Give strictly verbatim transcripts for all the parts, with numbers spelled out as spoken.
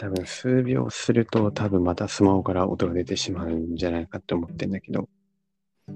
多分数秒すると多分またスマホから音が出てしまうんじゃないかって思ってんだけど。 うん。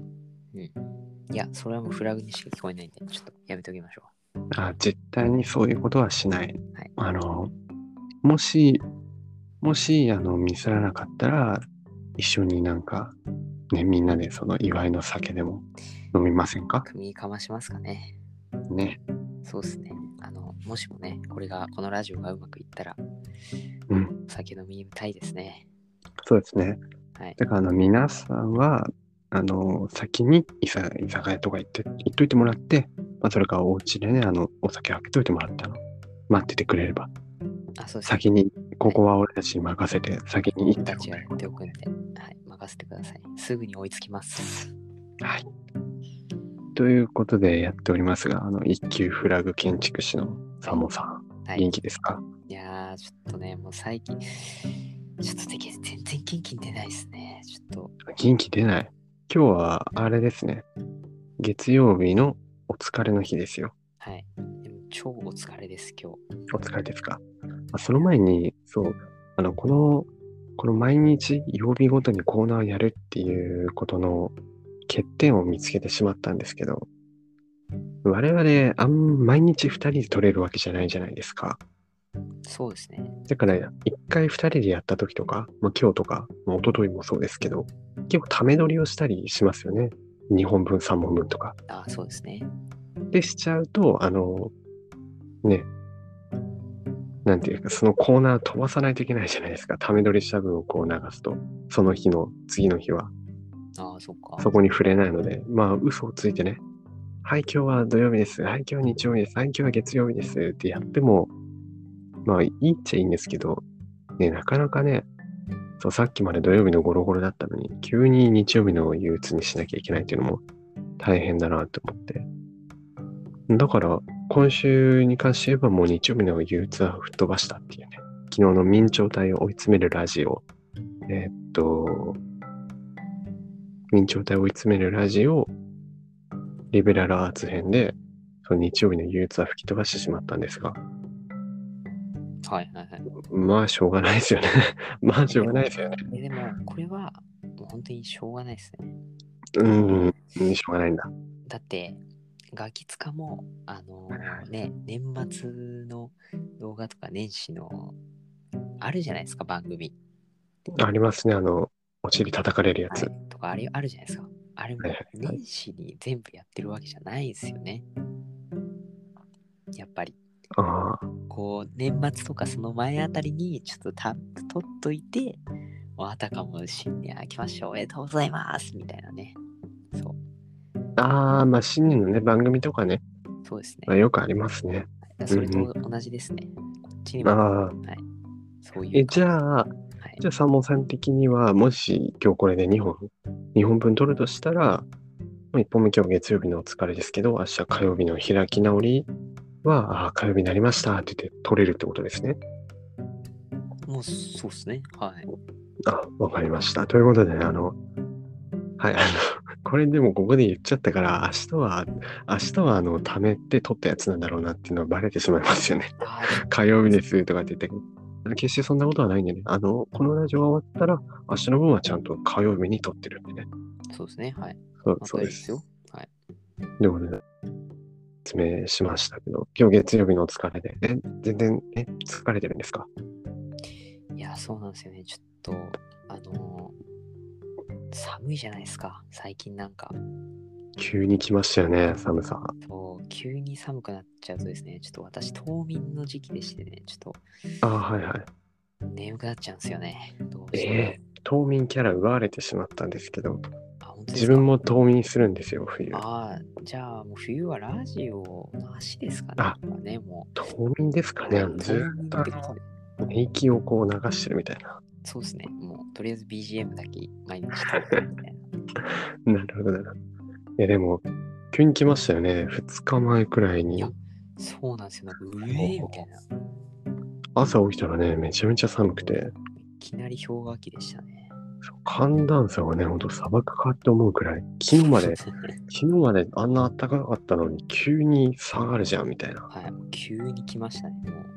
いや、それはもうフラグにしか聞こえないんで、ちょっとやめておきましょあ、絶対にそういうことはしない。 う。はい。 あの、もし、もし、あの、ミスらなかったら、一緒になんか、ね、みんなでその祝いの酒でも飲みませんか？ 組かましますかね。 ね。 そうですね。あの、もしもね、これが、このラジオがうまくいったら、 うん。 お酒飲みたいですね。 そうですね。 はい。 だから、あの、皆さんは、あの、先に居酒居酒屋とか行って、行っといてもらって、まあ、それからお家でね、あの、お酒開けといてもらったの。待っててくれれば。 あ、そうですね。 先に、ここは俺たちに任せて、先に行って僕たちがやっておくんで、はい、任せてください。すぐに追いつきます。 はい。ということでやっておりますが、あの、一級フラグ建築士のサモさん、 はい。 元気ですか？ いやー、ちょっとね、もう最近、ちょっとでき全然元気出ないですね。ちょっと。 元気出ない。今日は、あれですね。月曜日のお疲れの日ですよ。 はい。でも超お疲れです、今日。 お疲れですか？あ、その前に、そう、あの、この、この毎日曜日ごとにコーナーをやるっていうことの欠点を見つけてしまったんですけど、我々、あん、毎日二人で撮れるわけじゃないじゃないですか。 そうですね。 だから、一回二人でやった時とか、まあ、今日とか、まあ、一昨日もそうですけど、結構ため撮りをしたりしますよね。にほんぶん、さんぼんぶんとか。 あ、そうですね。 で、しちゃうと、あの、ね、なんていうか、そのコーナー飛ばさないといけないじゃないですか。ため撮りした分をこう流すと、その日の次の日は、 ああ、そっか。 そこに触れないので、まあ、嘘をついてね、はい、今日は土曜日です。はい、今日は日曜日です。はい、今日は月曜日です。ってやっても、まあ、いいっちゃいいんですけど、ね、なかなかね、そう、さっきまで土曜日のゴロゴロだったのに、急に日曜日の憂鬱にしなきゃいけないっていうのも大変だなって思って。だから、今週に関して言えばもう日曜日の憂鬱は吹っ飛ばしたっていうね。昨日の明朝体を追い詰めるラジオ。えーっと、明朝体を追い詰めるラジオ、リベラルアーツ編で、その日曜日の憂鬱は吹き飛ばしてしまったんですが、 はいはいはい。 まあ、しょうがないですよね。まあ、しょうがないですよね。 え、でも、これは、もう本当にしょうがないですね。 うーん、しょうがないんだ。 だって、ガキツカも、あのーね、年末の動画とか年始の、あるじゃないですか、番組。 ありますね、あの、お尻叩かれるやつ。 はい。とか、あれあるじゃないですか。あれも、 はいはいはい。 年始に全部やってるわけじゃないですよね。やっぱり。 ああ、 こう、年末とかその前あたりに、ちょっとた取っといて、もうあたかも新年明けましておめでとうございますみたいなね。そう。 ああ、まあ、新年のね、番組とかね、 そうですね。 まあ、よくありますね。 それうんと同じですね。こっちにうん。 も、 ああ、 はい。そういうえ、 感じ。 じゃあ、 はい。 じゃあ、サーモンさん的には、もし今日これでにほん、にほんぶん取るとしたら、いっぽんめ今日月曜日のお疲れですけど、明日火曜日の開き直りは、ああ、火曜日になりましたって言って取れるってことですね。 もう、そうですね。はい。 あ、わかりました。ということでね、あの、はい、あの、これでもここで言っちゃったから、明日は、明日はあの、貯めて取ったやつなんだろうなっていうのはバレてしまいますよね。 あー火曜日ですとかって言って、決してそんなことはないんでね。あの、このラジオが終わったら、明日の分はちゃんと火曜日に撮ってるんでね。 そうですね。はい。 そう、 まそうです。 たいいですよ。はい。 ということで、説明しましたけど、今日月曜日のお疲れで、え、全然、え、疲れてるんですか？ いや、そうなんですよね。ちょっと、あのー寒いじゃないですか。最近なんか。 急に来ましたよね、寒さ。 そう、急に寒くなっちゃうとですね、ちょっと私、冬眠の時期でしてね、ちょっとああ、はいはい。 眠くなっちゃうんですよね。どうしても。 えー、冬眠キャラ奪われてしまったんですけど、 あ、本当で自すか？ 分も冬眠するんですよ、冬。 ああ、じゃあもう冬はラジオなしですかね。 あ、 これはね、も冬眠ですかう。 ね。 はい、 あのず冬っとあ眠ってことで。 の、寝息をこう流してるみたいな。 そうですね。もう、とりあえず ビージーエム だけ毎日撮ってみたいな。 なるほどなるほど。いやでも、急に来ましたよね。ふつかまえくらいいや、 に。 そうなんですよ。なんか、うえーみたいな。 朝起きたらね、めちゃめちゃ寒くて、 いきなり氷河期でしたね。 寒暖差がね、ほんと砂漠かって思うくらい、昨日まで、昨日まであんな暖かかったのに、急に下がるじゃんみたいな。 はい、もう急に来ましたね。もう、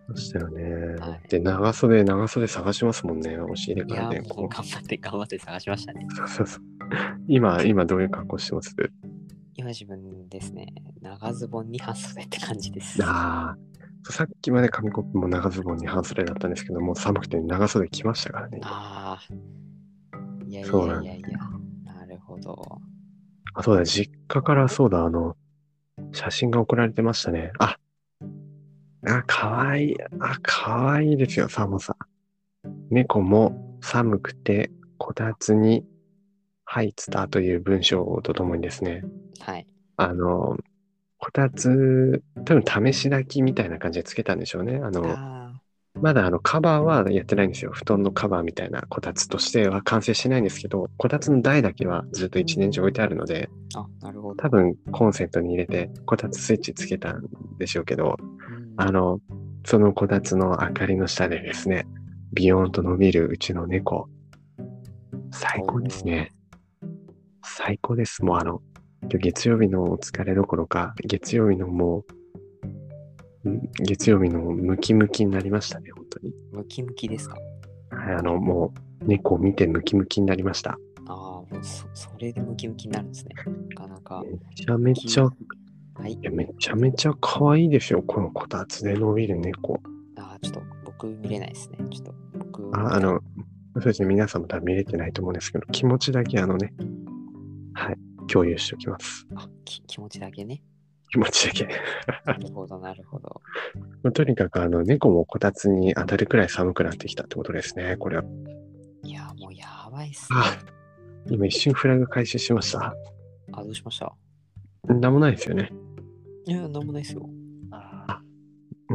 そしたらね、 はで、長袖、長袖探しますもんね、押し入れい。いや、 からね。 もう頑張って、頑張って探しましたね。 そうそうそう。今、今どういう格好してます？ 今自分ですね、長ズボンに半袖って感じです。 ああ、さっきまで紙コップも長ズボンに半袖だったんですけど、もう寒くて長袖着ましたからね、今。 ああ、いやいそうなんです。 やいやいや、なるほど。 あ、そうだ、実家からそうだ、あの、写真が送られてましたね。あ、あ、かわいい。あ、かわいいですよ、寒さ。猫も寒くて、こたつに入ったという文章とともにですね、 はい。 あの、こたつ、多分試し炊きみたいな感じでつけたんでしょうね。あの、 あまだあのカバーはやってないんですよ。布団のカバーみたいなこたつとしては完成してないんですけど、こたつの台だけはずっと一年中置いてあるので、 あ、あ、なるほど。 多分コンセントに入れてこたつスイッチつけたんでしょうけど、 うん。 あの、そのこたつの明かりの下でですね、ビヨーンと伸びるうちの猫、最高ですおー、 ね。最高です。もうあの、今日月曜日のお疲れどころか、月曜日のもう、ん月曜日のムキムキになりましたね、本当に。 ムキムキですか？ はい、あの、もう、猫を見てムキムキになりました。 ああ、もうそ、それでムキムキになるんですね。なかなか、 めちゃムキ、 めちゃ、いはい。 や、めちゃめちゃ可愛いですよ、このこたつで伸びる猫。 ああ、ちょっと僕見れないですね。ちょっと僕あ、 見たい。 あの、そうですね、皆さんも多分見れてないと思うんですけど、気持ちだけあのね、はい、共有しておきます。 あ、き気持ちだけね。 気持ちだけ。 なるほど、なるほど。 とにかくあの、猫もこたつに当たるくらい寒くなってきたってことですね、これは。 いや、もうやばいっすあ、 ね。 今一瞬フラグ回収しました。 あ、どうしました？ なんもないですよね。 いや、なんもないっすよ。 うん、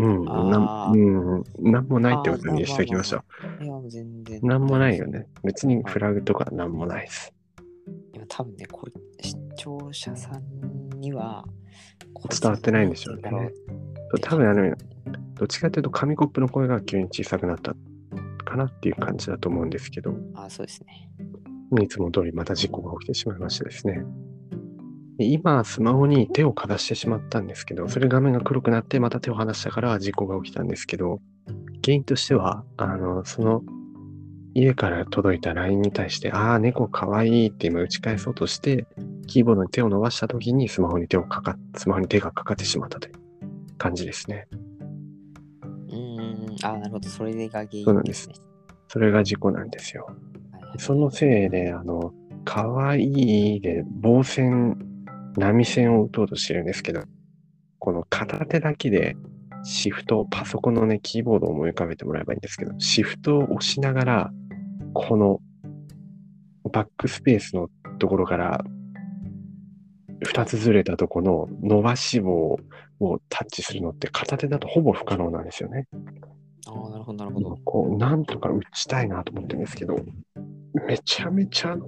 なん、 あうん、なんもないってあ、ああ、まあことにしておきましょまあまあまあ。いや、もう全然う。なんも大丈夫です。 ないよね。別にはい。 フラグとかなんもないです。 今多分ね、これ、視聴者さんには、こいつ伝わってないん何言っでしょうね。 てんだろうって多分、 多分あの、どっちかというと紙コップの声が急に小さくなったかなっていう感じだと思うんですけど、 あ、そうですね。 いつも通りまた事故が起きてしまいましてですね。今、スマホに手をかざしてしまったんですけど、それ画面が黒くなってまた手を離したから事故が起きたんですけど、原因としては、あの、その家から届いた ライン に対して、ああ、猫かわいいって今打ち返そうとして、キーボードに手を伸ばした時にスマホに手をかかっ、スマホに手がかかってしまったという感じですね。 うーん、あ、なるほど。それが原そうなんです。 因ですね。 それが事故なんですよ。 はいはい。 そのせいで、あの、かわいいで棒線、波線を打とうとしてるんですけど、この片手だけでシフト、パソコンのね、キーボードを思い浮かべてもらえばいいんですけど、シフトを押しながら、このバックスペースのところから二つずれたところの伸ばし棒をタッチするのって片手だとほぼ不可能なんですよね。 ああ、なるほど、なるほど。 こう、なんとか打ちたいなと思ってるんですけど、めちゃめちゃ、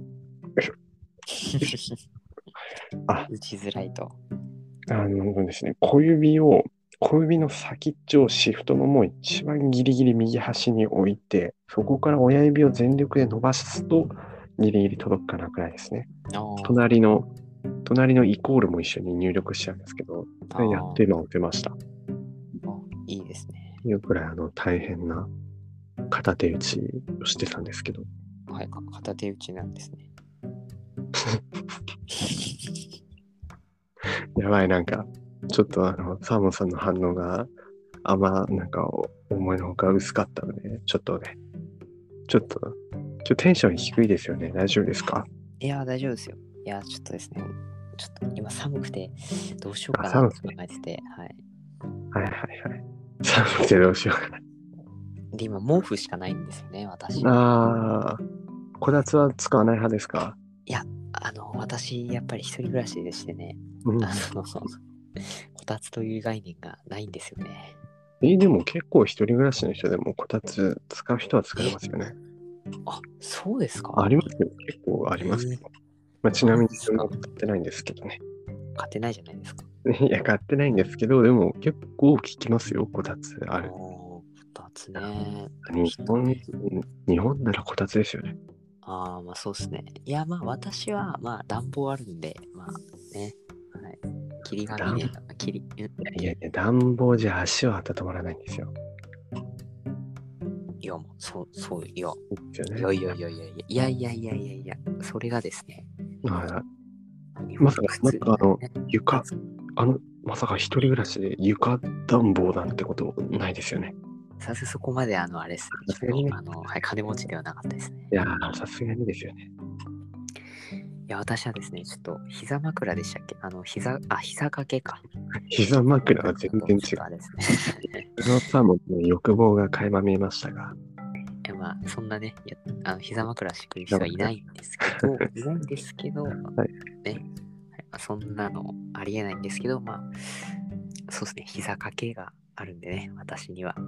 あ、 打ちづらいと。 あのですね、小指を、小指の先っちょをシフトのもう一番ギリギリ右端に置いて、そこから親指を全力で伸ばすと、ギリギリ届くかなくらいですね。 ああ、 隣の、隣のイコールも一緒に入力しちゃうんですけど、 ああ、 やって今打てました。 あいいですね。 いうくらいあの大変な片手打ちをしてたんですけど。 はい、か片手打ちなんですね。 やばい、なんか、ちょっとあの、サーモンさんの反応があんまなんか思いのほか薄かったので、ちょっとね、ちょっと、ちょっとテンション低いですよね。大丈夫ですか？ いや、大丈夫ですよ。いや、ちょっとですね、ちょっと今寒くて、どうしようあ、 かなって寒くて。 考えてて、はい。 はいはいはい。寒くてどうしようかな。 で、今、毛布しかないんですよね、私。 あー、こたつは使わない派ですか？ いや、あの、私、やっぱり一人暮らしでしてね、 うん。 あの、こたつという概念がないんですよね。 えーでも結構一人暮らしの人でもこたつ使う人は使いますよね。 あ、そうですか？ ありますよ。結構ありますよ。 えー、 まあ、ちなみに自分マジですか？ も使ってないんですけどね。 買ってないじゃないですか。 いや、買ってないんですけど、でも結構効きますよ、こたつある。 あーこたつね。 日本、 ちょっとね。 日本ならこたつですよね。 ああ、まあそうっすね。いや、まあ私は、まあ暖房あるんで、まあね。はい。霧が見暖ね、霧、うんいやいや、暖房じゃ足は温まらないんですよ。 や、もうそう、そう、いや、 ですよね。 いやいやいやいやいやいやいやいやいやいや、それがですね、 はい日まさか、 本普通まさかあの、 ね、 床、あの、まさか一人暮らしで床暖房なんてことないですよね。 さすそこまであの、あれですね、ちょっと、 さすがにね。 あの、はい、金持ちではなかったですね。 いやー、さすがにですよね。 いや、私はですね、ちょっと、膝枕でしたっけあの、膝、あ、膝掛けか。 膝枕は全然違う。 ちょっとあれですね。 そのさんも欲望が垣間見えましたが、 いや、まあ、そんなね、いやあの膝枕してくる膝枕。 人はいないんですけど、いないんですけど、 はい。 ね、はいまあ、そんなのありえないんですけど、まあ、そうですね、膝掛けがあるんでね、私には。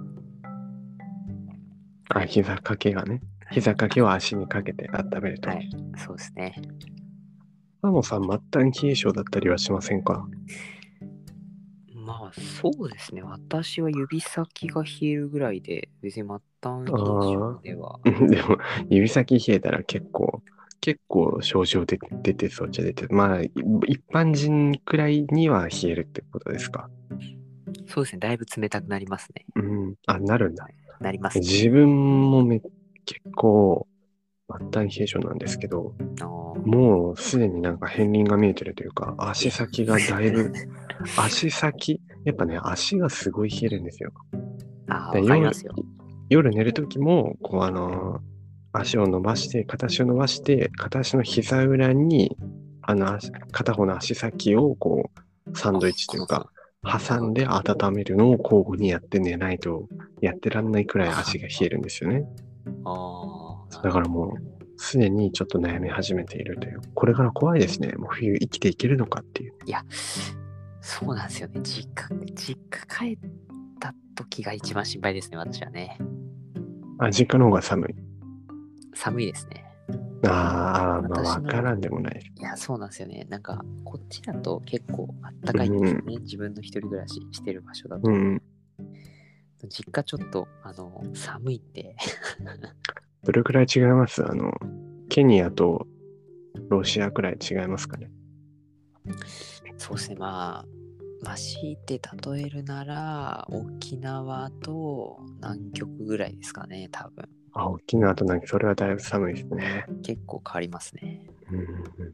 あ、膝掛けがね。 はい膝掛けを足にかけて温めると。 はい、そうですね。 サモさん、末端冷え性だったりはしませんか？ まあ、そうですね。私は指先が冷えるぐらいで、別に末端冷えあ性では。 あ、でも、指先冷えたら結構、結構症状で出てそうっちゃ出て、まあ、い一般人くらいには冷えるってことですか？ そうですね。だいぶ冷たくなりますね。 うん。あ、なるんだ。 なりますね。 自分もめ結構、末端冷え性なんですけど、 あーもうすでになんか片鱗が見えてるというか、足え先がだいぶ、足先、やっぱね、足がすごい冷えるんですよ。 あー、 で夜、 わかりますよ。 夜寝るときも、こうあのー足を伸ばして、片足を伸ばして、片足の膝裏に、あの、足片方の足先をこう、サンドイッチというか、挟んで温めるのを交互にやって寝ないと、やってらんないくらい足が冷えるんですよね。 ああ、 だからもう、すでにちょっと悩み始めているという。これから怖いですね。もう冬生きていけるのかっていう。 いや、そうなんですよね。実家、実家帰った時が一番心配ですね、私はね。 あ、実家の方が寒い。 寒いですね。 ああ、まあ、 私の、 わからんでもない。 いや、そうなんですよね。なんか、こっちだと結構あったかいんですよね。自分の一人暮らししてる場所だと。 うん。 実家ちょっと、あの、寒いんで。 どれくらい違いますあの、ケニアとロシアくらい違いますかね。 そうですね、まあ、まあ、強いて例えるなら、沖縄と南極ぐらいですかね、多分。 あ、沖縄となんかそれはだいぶ寒いですね。 結構変わりますね。 うんうん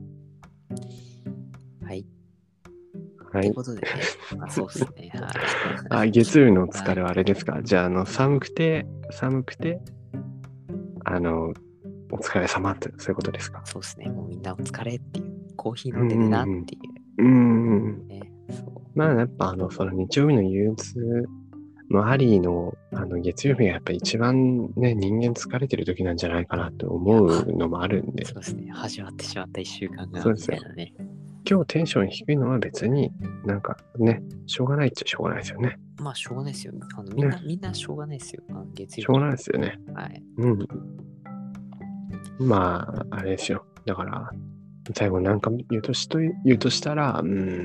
はい。 うん、はい。 ってことでね、まあ、そうですね。はい。 あ、月曜日の疲れははいあれですか？じゃあ、あの、寒くて、寒くて、あの、お疲れ様って、そういうことですか？ そうですね。もうみんなお疲れっていう。コーヒーうん飲んでねなっうんていう。 うん。うんうん。 ね。そう。 まあ、やっぱ、あの、その日曜日の憂鬱のありの、あの、月曜日がやっぱ一番ね、人間疲れてる時なんじゃないかなといや、 思うのもあるんで、 そうですね。始まってしまった一週間が、みそうですよ。 たいなね。 今日テンション低いのは別になんかね、しょうがないっちゃしょうがないですよね。 まあ、しょうがないですよ。あのみんな、 ね、 みんなしょうがないですよ。あの月曜日。 しょうがないですよね。 はい。 うん。まあ、あれですよ。だから、最後なんか言うとしと、言うとしたら、うん。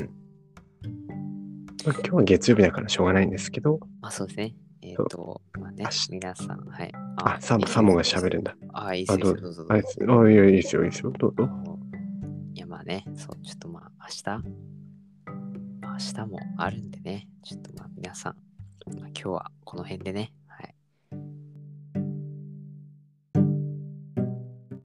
まあ、今日は月曜日だからしょうがないんですけど、 まあ、そうですね。えっ、 そうと、まあね明、日皆さん、はい。 あ、サモ、サモが喋るんだ。 あ、いいっすあ、 よ、いいっすよ、 どうぞ。 どうぞどあ、いうぞ。 いや、いいですよ、いいですよ。どうぞ。 あの、いや、まあね、そう、ちょっとまあ、明日、まあ、明日もあるんでね、ちょっとまあ、皆さん、まあ、今日はこの辺でね、